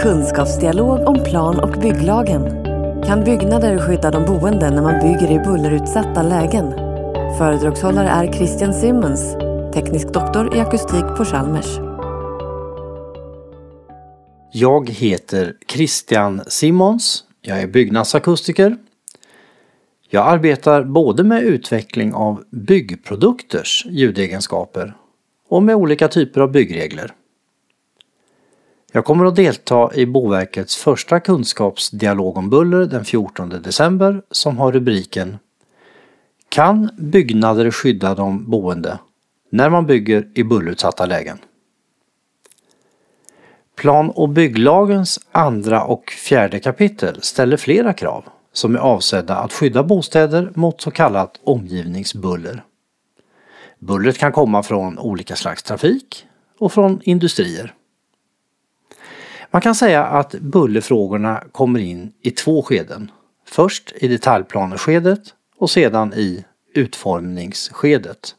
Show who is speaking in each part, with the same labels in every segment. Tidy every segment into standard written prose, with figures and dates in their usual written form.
Speaker 1: Kunskapsdialog om plan- och bygglagen. Kan byggnader skydda de boende när man bygger i bullerutsatta lägen? Föredragshållare är Christian Simmons, teknisk doktor i akustik på Chalmers.
Speaker 2: Jag heter Christian Simmons. Jag är byggnadsakustiker. Jag arbetar både med utveckling av byggprodukters ljudegenskaper och med olika typer av byggregler. Jag kommer att delta i Boverkets första kunskapsdialog om buller den 14 december som har rubriken Kan byggnader skydda de boende när man bygger i bullerutsatta lägen? Plan- och bygglagens andra och fjärde kapitel ställer flera krav som är avsedda att skydda bostäder mot så kallat omgivningsbuller. Bullret kan komma från olika slags trafik och från industrier. Man kan säga att bullerfrågorna kommer in i två skeden. Först i detaljplaneskedet och sedan i utformningsskedet.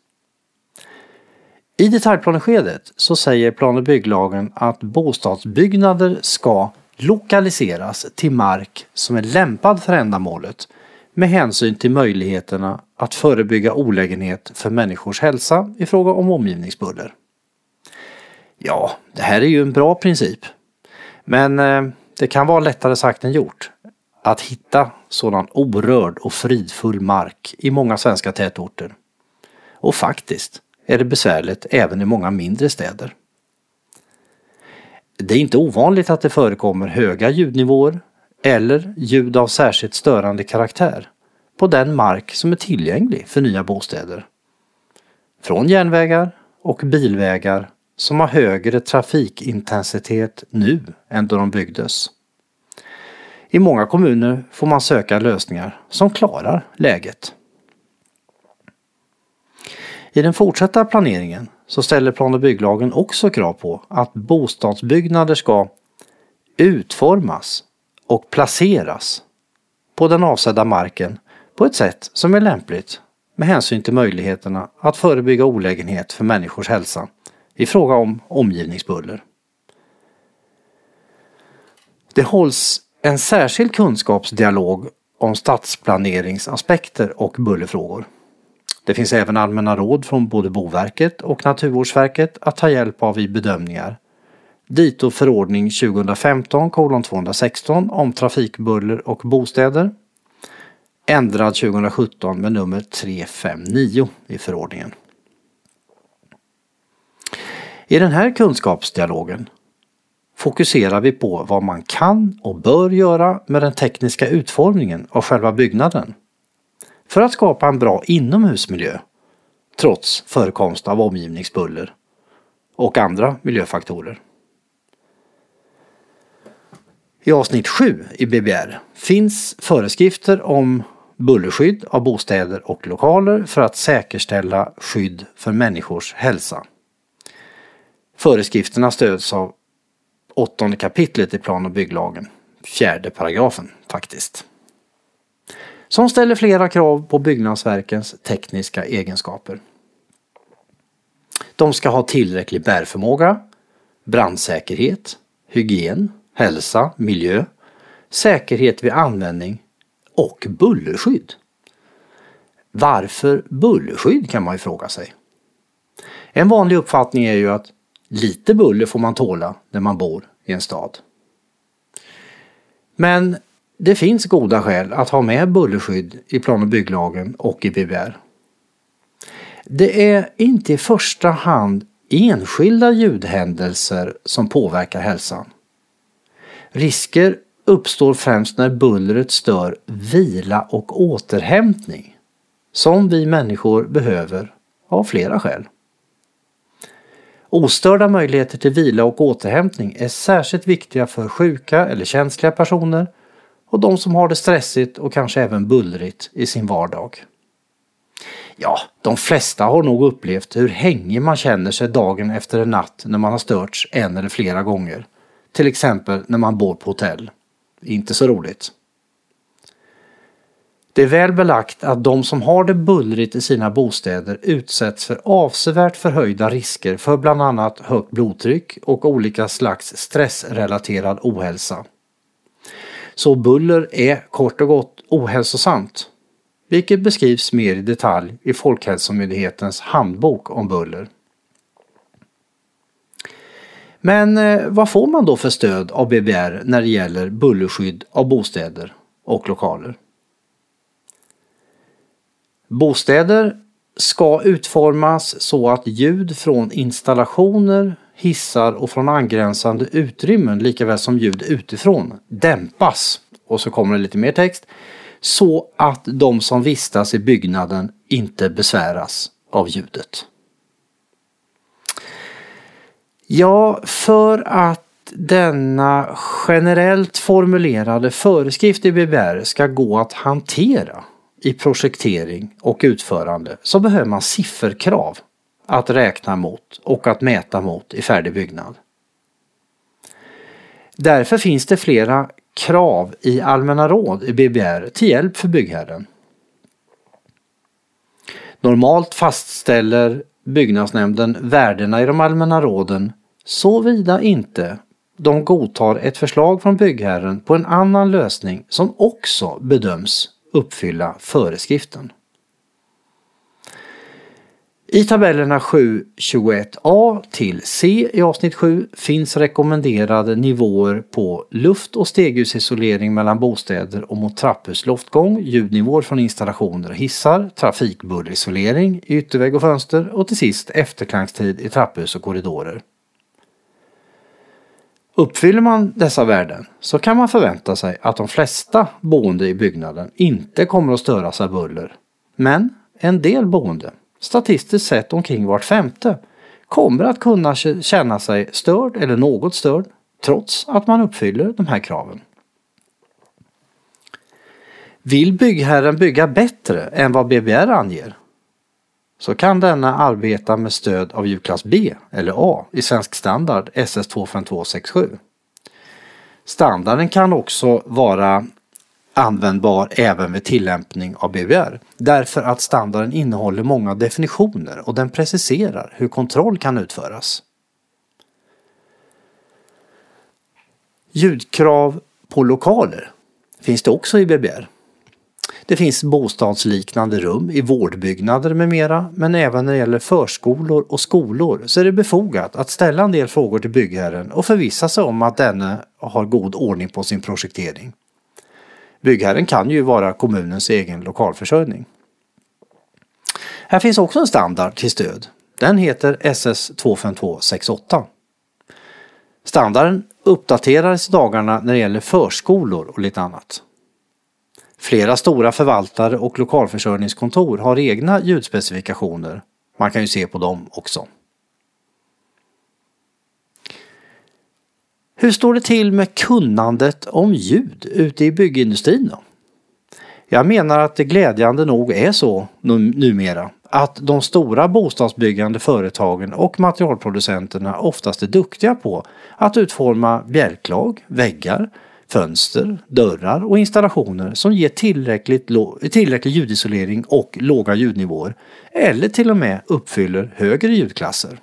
Speaker 2: I detaljplaneskedet så säger plan- och bygglagen att bostadsbyggnader ska lokaliseras till mark som är lämpad för ändamålet med hänsyn till möjligheterna att förebygga olägenhet för människors hälsa i fråga om omgivningsbuller. Ja, det här är ju en bra princip. Men det kan vara lättare sagt än gjort att hitta sådan orörd och fridfull mark i många svenska tätorter. Och faktiskt är det besvärligt även i många mindre städer. Det är inte ovanligt att det förekommer höga ljudnivåer eller ljud av särskilt störande karaktär på den mark som är tillgänglig för nya bostäder. Från järnvägar och bilvägar som har högre trafikintensitet nu än då de byggdes. I många kommuner får man söka lösningar som klarar läget. I den fortsatta planeringen så ställer plan- och bygglagen också krav på att bostadsbyggnader ska utformas och placeras på den avsedda marken på ett sätt som är lämpligt med hänsyn till möjligheterna att förebygga olägenhet för människors hälsa i fråga om omgivningsbuller. Det hålls en särskild kunskapsdialog om stadsplaneringsaspekter och bullerfrågor. Det finns även allmänna råd från både Boverket och Naturvårdsverket att ta hjälp av i bedömningar. Dito förordning 2015:216 om trafikbuller och bostäder. Ändrad 2017 med nummer 359 i förordningen. I den här kunskapsdialogen fokuserar vi på vad man kan och bör göra med den tekniska utformningen av själva byggnaden för att skapa en bra inomhusmiljö trots förekomst av omgivningsbuller och andra miljöfaktorer. I avsnitt 7 i BBR finns föreskrifter om bullerskydd av bostäder och lokaler för att säkerställa skydd för människors hälsa. Föreskrifterna stöds av 8:e kapitlet i plan- och bygglagen, 4:e paragrafen faktiskt. Som ställer flera krav på byggnadsverkens tekniska egenskaper. De ska ha tillräcklig bärförmåga, brandsäkerhet, hygien, hälsa, miljö, säkerhet vid användning och bullerskydd. Varför bullerskydd kan man ju fråga sig. En vanlig uppfattning är ju att lite buller får man tåla när man bor i en stad. Men det finns goda skäl att ha med bullerskydd i plan- och bygglagen och i BBR. Det är inte i första hand enskilda ljudhändelser som påverkar hälsan. Risker uppstår främst när bullret stör vila och återhämtning som vi människor behöver av flera skäl. Ostörda möjligheter till vila och återhämtning är särskilt viktiga för sjuka eller känsliga personer och de som har det stressigt och kanske även bullrigt i sin vardag. Ja, de flesta har nog upplevt hur hängig man känner sig dagen efter en natt när man har störts en eller flera gånger. Till exempel när man bor på hotell. Inte så roligt. Det är väl belagt att de som har det bullrigt i sina bostäder utsätts för avsevärt förhöjda risker för bland annat högt blodtryck och olika slags stressrelaterad ohälsa. Så buller är kort och gott ohälsosamt, vilket beskrivs mer i detalj i Folkhälsomyndighetens handbok om buller. Men vad får man då för stöd av BBR när det gäller bullerskydd av bostäder och lokaler? Bostäder ska utformas så att ljud från installationer, hissar och från angränsande utrymmen likaväl som ljud utifrån dämpas. Och så kommer det lite mer text. Så att de som vistas i byggnaden inte besväras av ljudet. Ja, för att denna generellt formulerade föreskrift i BBR ska gå att hantera i projektering och utförande så behöver man sifferkrav att räkna mot och att mäta mot i färdig byggnad. Därför finns det flera krav i allmänna råd i BBR till hjälp för byggherren. Normalt fastställer byggnadsnämnden värdena i de allmänna råden såvida inte de godtar ett förslag från byggherren på en annan lösning som också bedöms uppfylla föreskriften. I tabellerna 7.21a till C i avsnitt 7 finns rekommenderade nivåer på luft- och stegljusisolering mellan bostäder och mot trapphus loftgång, ljudnivåer från installationer och hissar, trafikbullerisolering i yttervägg och fönster och till sist efterklangstid i trapphus och korridorer. Uppfyller man dessa värden så kan man förvänta sig att de flesta boende i byggnaden inte kommer att störas av buller. Men en del boende, statistiskt sett omkring vart femte, kommer att kunna känna sig störd eller något störd trots att man uppfyller de här kraven. Vill byggherren bygga bättre än vad BBR anger så kan denna arbeta med stöd av ljudklass B eller A i svensk standard SS 25267. Standarden kan också vara användbar även vid tillämpning av BBR därför att standarden innehåller många definitioner och den preciserar hur kontroll kan utföras. Ljudkrav på lokaler finns det också i BBR. Det finns bostadsliknande rum i vårdbyggnader med mera, men även när det gäller förskolor och skolor så är det befogat att ställa en del frågor till byggherren och förvissa sig om att denne har god ordning på sin projektering. Byggherren kan ju vara kommunens egen lokalförsörjning. Här finns också en standard till stöd. Den heter SS 25268. Standarden uppdateras i dagarna när det gäller förskolor och lite annat. Flera stora förvaltare och lokalförsörjningskontor har egna ljudspecifikationer. Man kan ju se på dem också. Hur står det till med kunnandet om ljud ute i byggindustrin då? Jag menar att det glädjande nog är så numera att de stora bostadsbyggande företagen och materialproducenterna oftast är duktiga på att utforma bjälklag, väggar, fönster, dörrar och installationer som ger tillräcklig ljudisolering och låga ljudnivåer eller till och med uppfyller högre ljudklasser.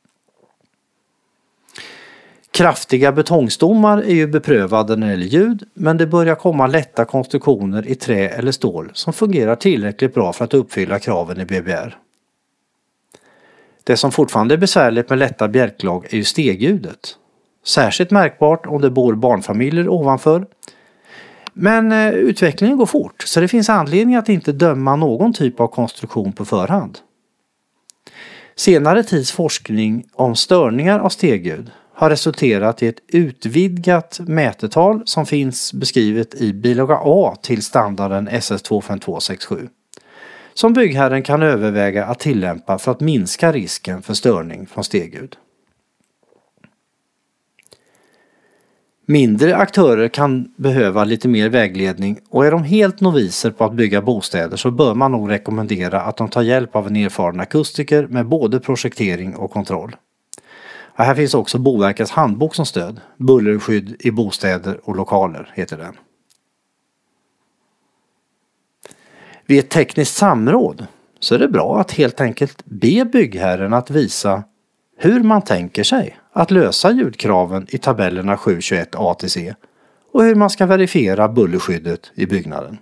Speaker 2: Kraftiga betongstommar är ju beprövade när det gäller ljud, men det börjar komma lätta konstruktioner i trä eller stål som fungerar tillräckligt bra för att uppfylla kraven i BBR. Det som fortfarande är besvärligt med lätta bjälklag är ju stegljudet. Särskilt märkbart om det bor barnfamiljer ovanför. Men utvecklingen går fort så det finns anledning att inte döma någon typ av konstruktion på förhand. Senare tids forskning om störningar av stegljud har resulterat i ett utvidgat mätetal som finns beskrivet i bilaga A till standarden SS 25267. Som byggherren kan överväga att tillämpa för att minska risken för störning från stegljud. Mindre aktörer kan behöva lite mer vägledning och är de helt noviser på att bygga bostäder så bör man nog rekommendera att de tar hjälp av en erfaren akustiker med både projektering och kontroll. Och här finns också Boverkets handbok som stöd. Bullerskydd i bostäder och lokaler heter den. Vid ett tekniskt samråd så är det bra att helt enkelt be byggherren att visa hur man tänker sig att lösa ljudkraven i tabellerna 721 A till C och hur man ska verifiera bullerskyddet i byggnaden.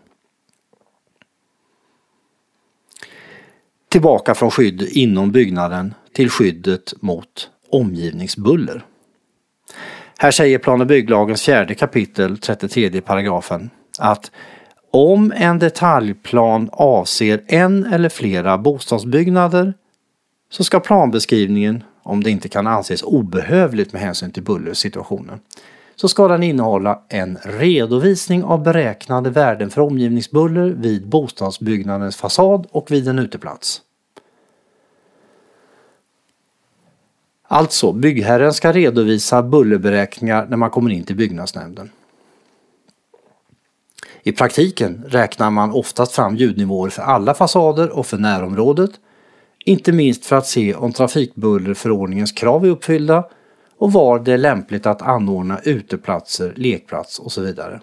Speaker 2: Tillbaka från skydd inom byggnaden till skyddet mot omgivningsbuller. Här säger plan- och bygglagens 4 kapitel 33 paragrafen att om en detaljplan avser en eller flera bostadsbyggnader så ska planbeskrivningen, om det inte kan anses obehövligt med hänsyn till bullersituationen, så ska den innehålla en redovisning av beräknade värden för omgivningsbuller vid bostadsbyggnadens fasad och vid en uteplats. Alltså, byggherren ska redovisa bullerberäkningar när man kommer in till byggnadsnämnden. I praktiken räknar man oftast fram ljudnivåer för alla fasader och för närområdet, inte minst för att se om trafikbullerförordningens krav är uppfyllda och var det är lämpligt att anordna uteplatser, lekplats och så vidare.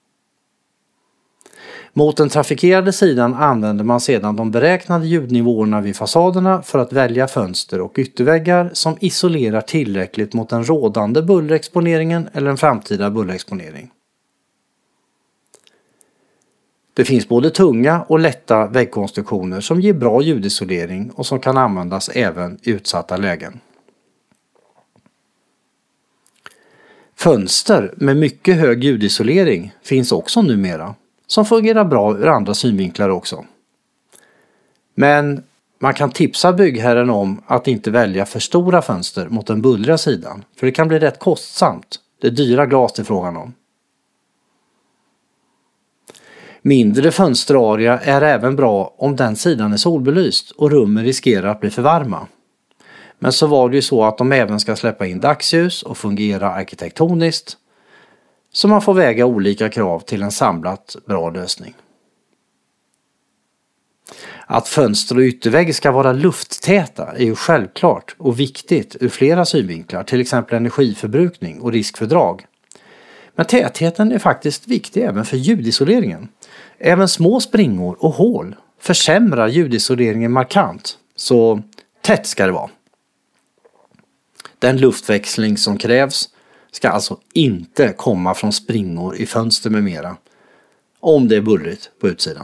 Speaker 2: Mot den trafikerade sidan använder man sedan de beräknade ljudnivåerna vid fasaderna för att välja fönster och ytterväggar som isolerar tillräckligt mot den rådande bullerexponeringen eller en framtida bullerexponering. Det finns både tunga och lätta väggkonstruktioner som ger bra ljudisolering och som kan användas även i utsatta lägen. Fönster med mycket hög ljudisolering finns också numera, som fungerar bra ur andra synvinklar också. Men man kan tipsa byggherren om att inte välja för stora fönster mot den bullriga sidan, för det kan bli rätt kostsamt. Det är dyra glas det är frågan om. Mindre fönsterarea är även bra om den sidan är solbelyst och rummen riskerar att bli för varma. Men så var det ju så att de även ska släppa in dagsljus och fungera arkitektoniskt, så man får väga olika krav till en samlat bra lösning. Att fönster och yttervägg ska vara lufttäta är ju självklart och viktigt ur flera synvinklar, till exempel energiförbrukning och risk för drag. Men tätheten är faktiskt viktig även för ljudisoleringen. Även små springor och hål försämrar ljudisoleringen markant, så tätt ska det vara. Den luftväxling som krävs ska alltså inte komma från springor i fönster med mera, om det är bullrigt på utsidan.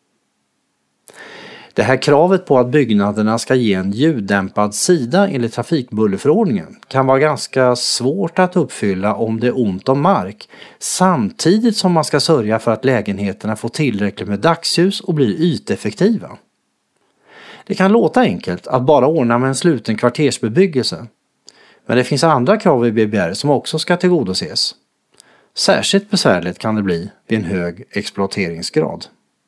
Speaker 2: Det här kravet på att byggnaderna ska ge en ljuddämpad sida enligt trafikbullerförordningen kan vara ganska svårt att uppfylla om det är ont om mark, samtidigt som man ska sörja för att lägenheterna får tillräckligt med dagsljus och blir yteffektiva. Det kan låta enkelt att bara ordna med en sluten kvartersbebyggelse, men det finns andra krav i BBR som också ska tillgodoses. Särskilt besvärligt kan det bli vid en hög exploateringsgrad.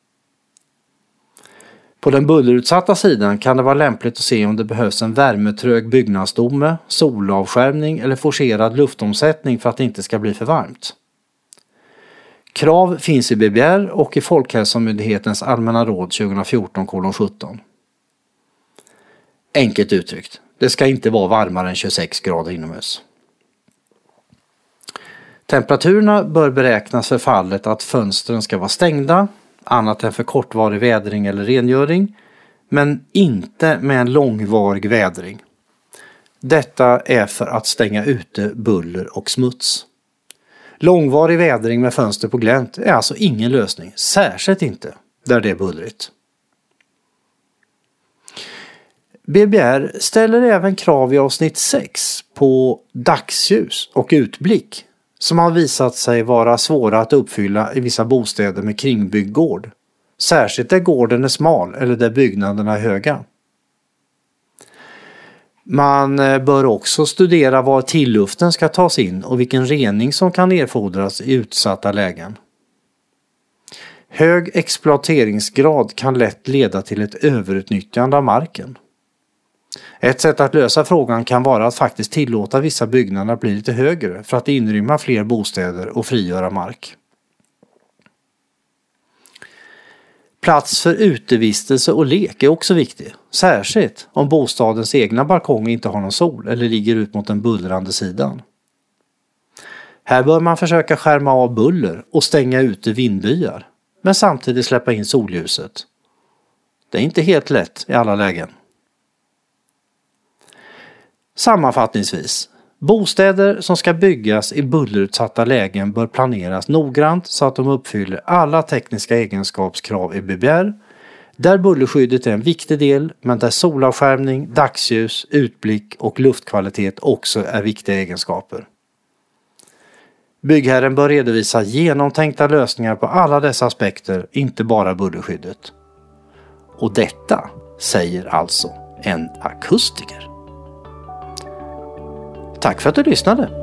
Speaker 2: På den bullerutsatta sidan kan det vara lämpligt att se om det behövs en värmetrög byggnadsstomme, solavskärmning eller forcerad luftomsättning för att det inte ska bli för varmt. Krav finns i BBR och i Folkhälsomyndighetens allmänna råd 2014:17. Enkelt uttryckt, det ska inte vara varmare än 26 grader inomhus. Temperaturerna bör beräknas för fallet att fönstren ska vara stängda, annat än för kortvarig vädring eller rengöring, men inte med en långvarig vädring. Detta är för att stänga ute buller och smuts. Långvarig vädring med fönster på glänt är alltså ingen lösning, särskilt inte där det är bullrigt. BBR ställer även krav i avsnitt 6 på dagsljus och utblick, som har visat sig vara svåra att uppfylla i vissa bostäder med kringbyggd gård. Särskilt där gården är smal eller där byggnaderna är höga. Man bör också studera var tilluften ska tas in och vilken rening som kan erfordras i utsatta lägen. Hög exploateringsgrad kan lätt leda till ett överutnyttjande av marken. Ett sätt att lösa frågan kan vara att faktiskt tillåta vissa byggnader bli lite högre för att inrymma fler bostäder och frigöra mark. Plats för utevistelse och lek är också viktig, särskilt om bostadens egna balkong inte har någon sol eller ligger ut mot den bullrande sidan. Här bör man försöka skärma av buller och stänga ute vindbyar, men samtidigt släppa in solljuset Det är inte helt lätt i alla lägen. Sammanfattningsvis, bostäder som ska byggas i bullerutsatta lägen bör planeras noggrant så att de uppfyller alla tekniska egenskapskrav i BBR, där bullerskyddet är en viktig del men där solavskärmning, dagsljus, utblick och luftkvalitet också är viktiga egenskaper. Byggherren bör redovisa genomtänkta lösningar på alla dessa aspekter, inte bara bullerskyddet. Och detta säger alltså en akustiker. Tack för att du lyssnade!